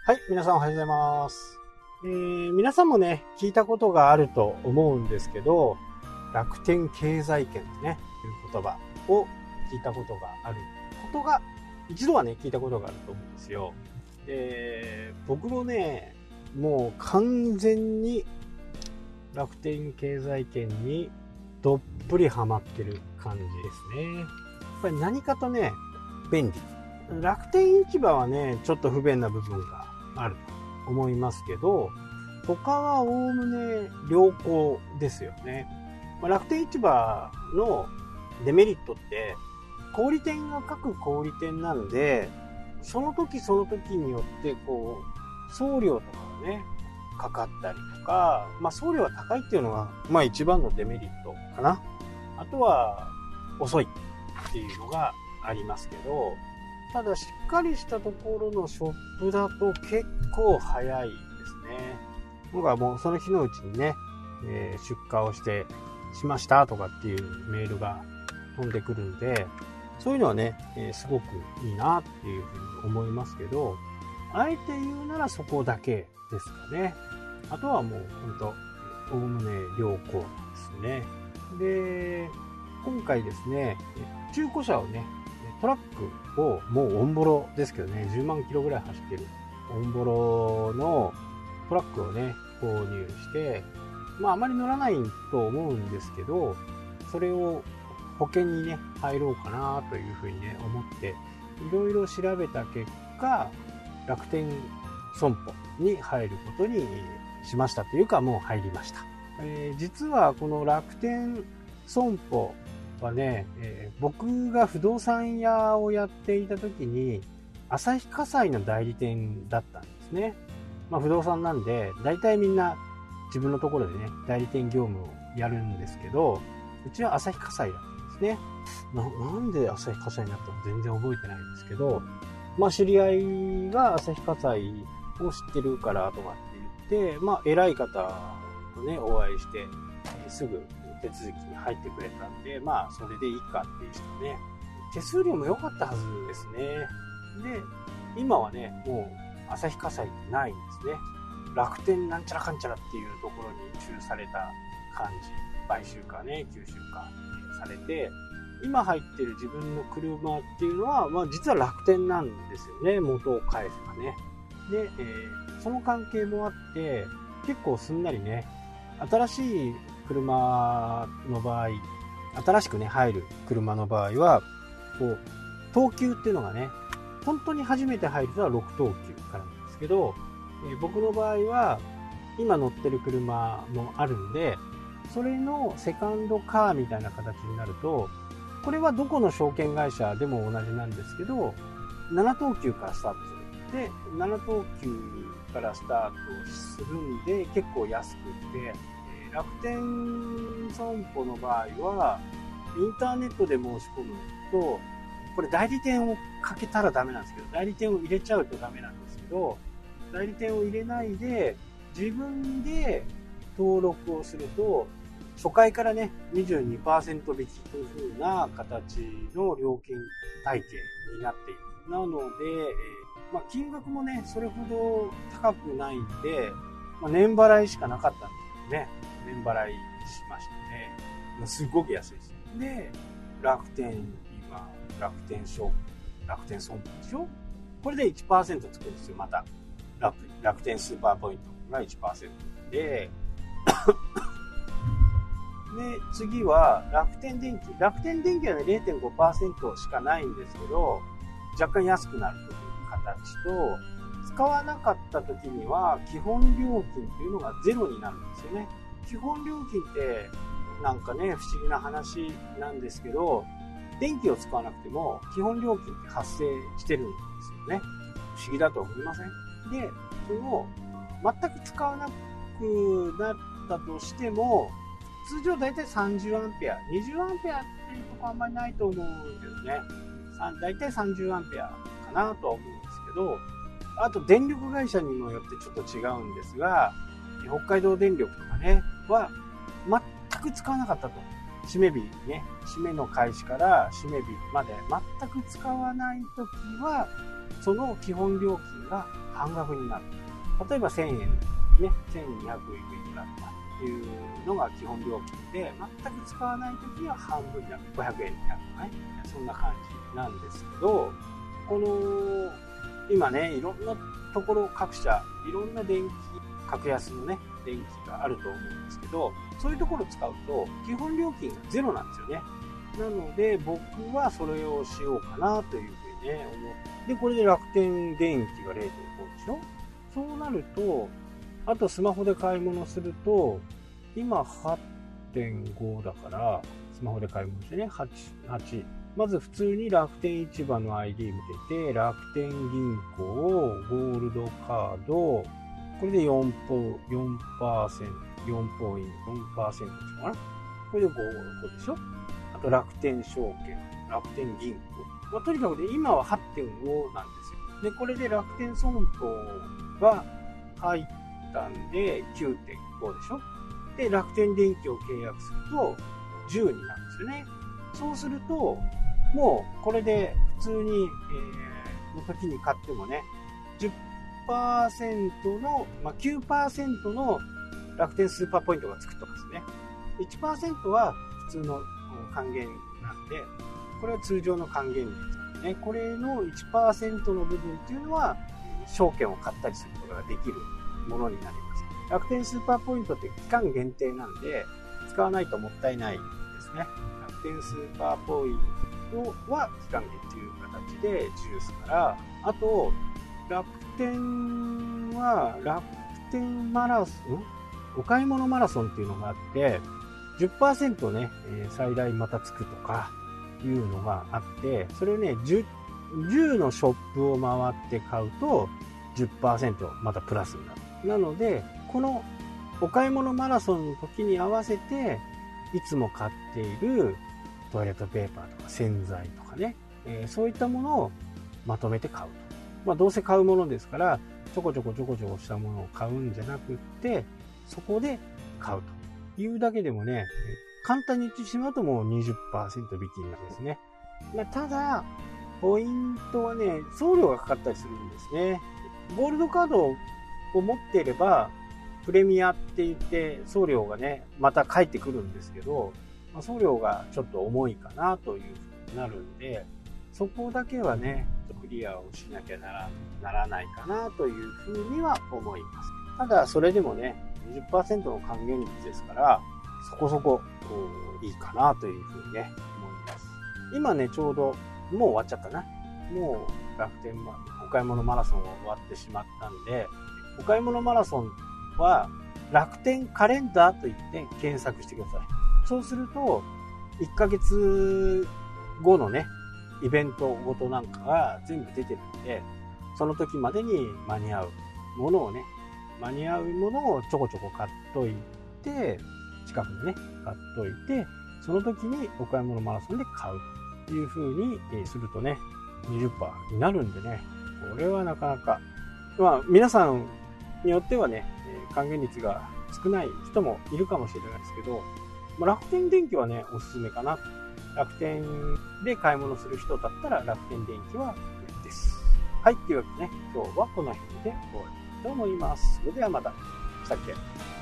はい、皆さんおはようございます。皆さんもね、聞いたことがあると思うんですけど、楽天経済圏ってね、いう言葉を聞いたことがあることが、一度はね、聞いたことがあると思うんですよ。僕もね、もう完全に楽天経済圏にどっぷりハマってる感じですね。やっぱり何かとね、便利。楽天市場はね、ちょっと不便な部分があると思いますけど、他はおおむね良好ですよね。楽天市場のデメリットって、小売店が各小売店なんで、その時その時によって送料とかがね、かかったりとか、送料が高いっていうのが、一番のデメリットかな。あとは、遅いっていうのがありますけど、ただしっかりしたところのショップだと結構早いですね。僕はもうその日のうちにね、出荷をしましたとかっていうメールが飛んでくるんで、そういうのはね、すごくいいなっていうふうに思いますけど、あえて言うならそこだけですかね。あとはもう本当おおむね良好ですね。で、今回ですね、中古車をね、トラックをもうオンボロですけどね、10万キロぐらい走ってるオンボロのトラックをね、購入して、あまり乗らないと思うんですけど、それを保険にね、入ろうかなというふうにね、思って、いろいろ調べた結果、楽天損保に入ることにしましたというか、もう入りました。実はこの楽天損保はね、僕が不動産屋をやっていた時に旭化成の代理店だったんですね。不動産なんで大体みんな自分のところでね代理店業務をやるんですけど、うちは旭化成だったんですね。なんで旭化成になったのか全然覚えてないんですけど、知り合いが旭化成を知ってるからとかって言って、偉い方とねお会いして、すぐ手続きに入ってくれたんで、それでいいかっていう人ね、手数料も良かったはずですね。で、今はね、もう旭化成ってないんですね。楽天なんちゃらかんちゃらっていうところに抽された感じ、買収かね、吸収かされて、今入ってる自分の車っていうのは、実は楽天なんですよね、元を返せばね。で、その関係もあって、結構すんなりね、新しい車の場合、新しくね入る車の場合は等級っていうのがね、本当に初めて入るとは6等級からなんですけど、僕の場合は今乗ってる車もあるんで、それのセカンドカーみたいな形になると、これはどこの証券会社でも同じなんですけど、7等級からスタートする。で、7等級からスタートするんで結構安くて、楽天損保の場合はインターネットで申し込むと、これ代理店をかけたらダメなんですけど、代理店を入れちゃうとダメなんですけど、代理店を入れないで自分で登録をすると、初回からね 22% 引きという風な形の料金体系になっている。なので、金額もねそれほど高くないんで、年払いしかなかったんですけどね、年払いしましたね。すごく安いです。で、楽天損保でしょ。これで 1% つくんですよ。また楽天スーパーポイントが 1% でで、次は楽天電気はね 0.5% しかないんですけど、若干安くなるという形と、使わなかった時には基本料金っていうのがゼロになるんですよね。基本料金ってなんかね不思議な話なんですけど、電気を使わなくても基本料金って発生してるんですよね。不思議だと思いません？で、その全く使わなくなったとしても、通常だいたい30アンペア、20アンペアっていうところあんまりないと思うけどね、だいたい30アンペアかなとは思うんですけど、あと電力会社にもよってちょっと違うんですが、北海道電力とかねは全く使わなかったと。締め日ね、締めの開始から締め日まで全く使わないときは、その基本料金が半額になる。例えば1000円、ね、1200円いくらとかっていうのが基本料金で、全く使わない時には半分になる。500円になるとかね。そんな感じなんですけど、この、今ね、いろんなところ各社、いろんな電気、格安のね、電気があると思うんですけど、そういうところを使うと、基本料金がゼロなんですよね。なので、僕はそれをしようかなというふうにね、思って、で、これで楽天電気が 0.5 でしょ。そうなると、あとスマホで買い物すると、今 8.5 だから、スマホで買い物してね、8。まず普通に楽天市場の ID 見てて、楽天銀行、ゴールドカード、これで4%、4ポイント、4% でしょうかな。これで5でしょ。あと楽天証券、楽天銀行。とにかくね、今は 8.5 なんですよ。で、これで楽天損保が入ったんで 9.5 でしょ。で、楽天電気を契約すると10になるんですよね。そうすると、もうこれで普通に、の時に買ってもね、10% の、9% の楽天スーパーポイントがつくとかですね。1% は普通の還元なんで、これは通常の還元率ね。これの 1% の部分っていうのは、証券を買ったりすることができるものになります。楽天スーパーポイントって期間限定なんで、使わないともったいないですね。楽天スーパーポイントは期間限定という形で重視から、あと、楽天は楽天マラソン、お買い物マラソンっていうのがあって、10% ね、最大またつくとかいうのがあって、それをね、10のショップを回って買うと 10% またプラスになる。なので、このお買い物マラソンの時に合わせて、いつも買っているトイレットペーパーとか洗剤とかね、そういったものをまとめて買うと。どうせ買うものですから、ちょこちょこしたものを買うんじゃなくって、そこで買うというだけでもね、簡単に言ってしまうともう 20% 引きになるんですね。ただ、ポイントはね、送料がかかったりするんですね。ゴールドカードを持っていれば、プレミアって言って送料がね、また返ってくるんですけど、送料がちょっと重いかなというふうになるんで、そこだけはね、クリアをしなきゃならないかなというふうには思います。ただ、それでもね、20% の還元率ですから、そこそこいいかなというふうにね、思います。今ね、ちょうど、もう終わっちゃったな。もう楽天お買い物マラソンが終わってしまったんで、お買い物マラソンは楽天カレンダーといって検索してください。そうすると、1ヶ月後のね、イベントごとなんかが全部出てるんで、その時までに間に合うものをちょこちょこ買っといて、近くでね、買っといて、その時にお買い物マラソンで買うという風にするとね、20% になるんでね、これはなかなか、皆さんによってはね、還元率が少ない人もいるかもしれないですけど、楽天電気はね、おすすめかな。楽天で買い物する人だったら楽天電気はです。はい、というわけでね、今日はこの辺で終わりたいと思います。それではまた。したっけ？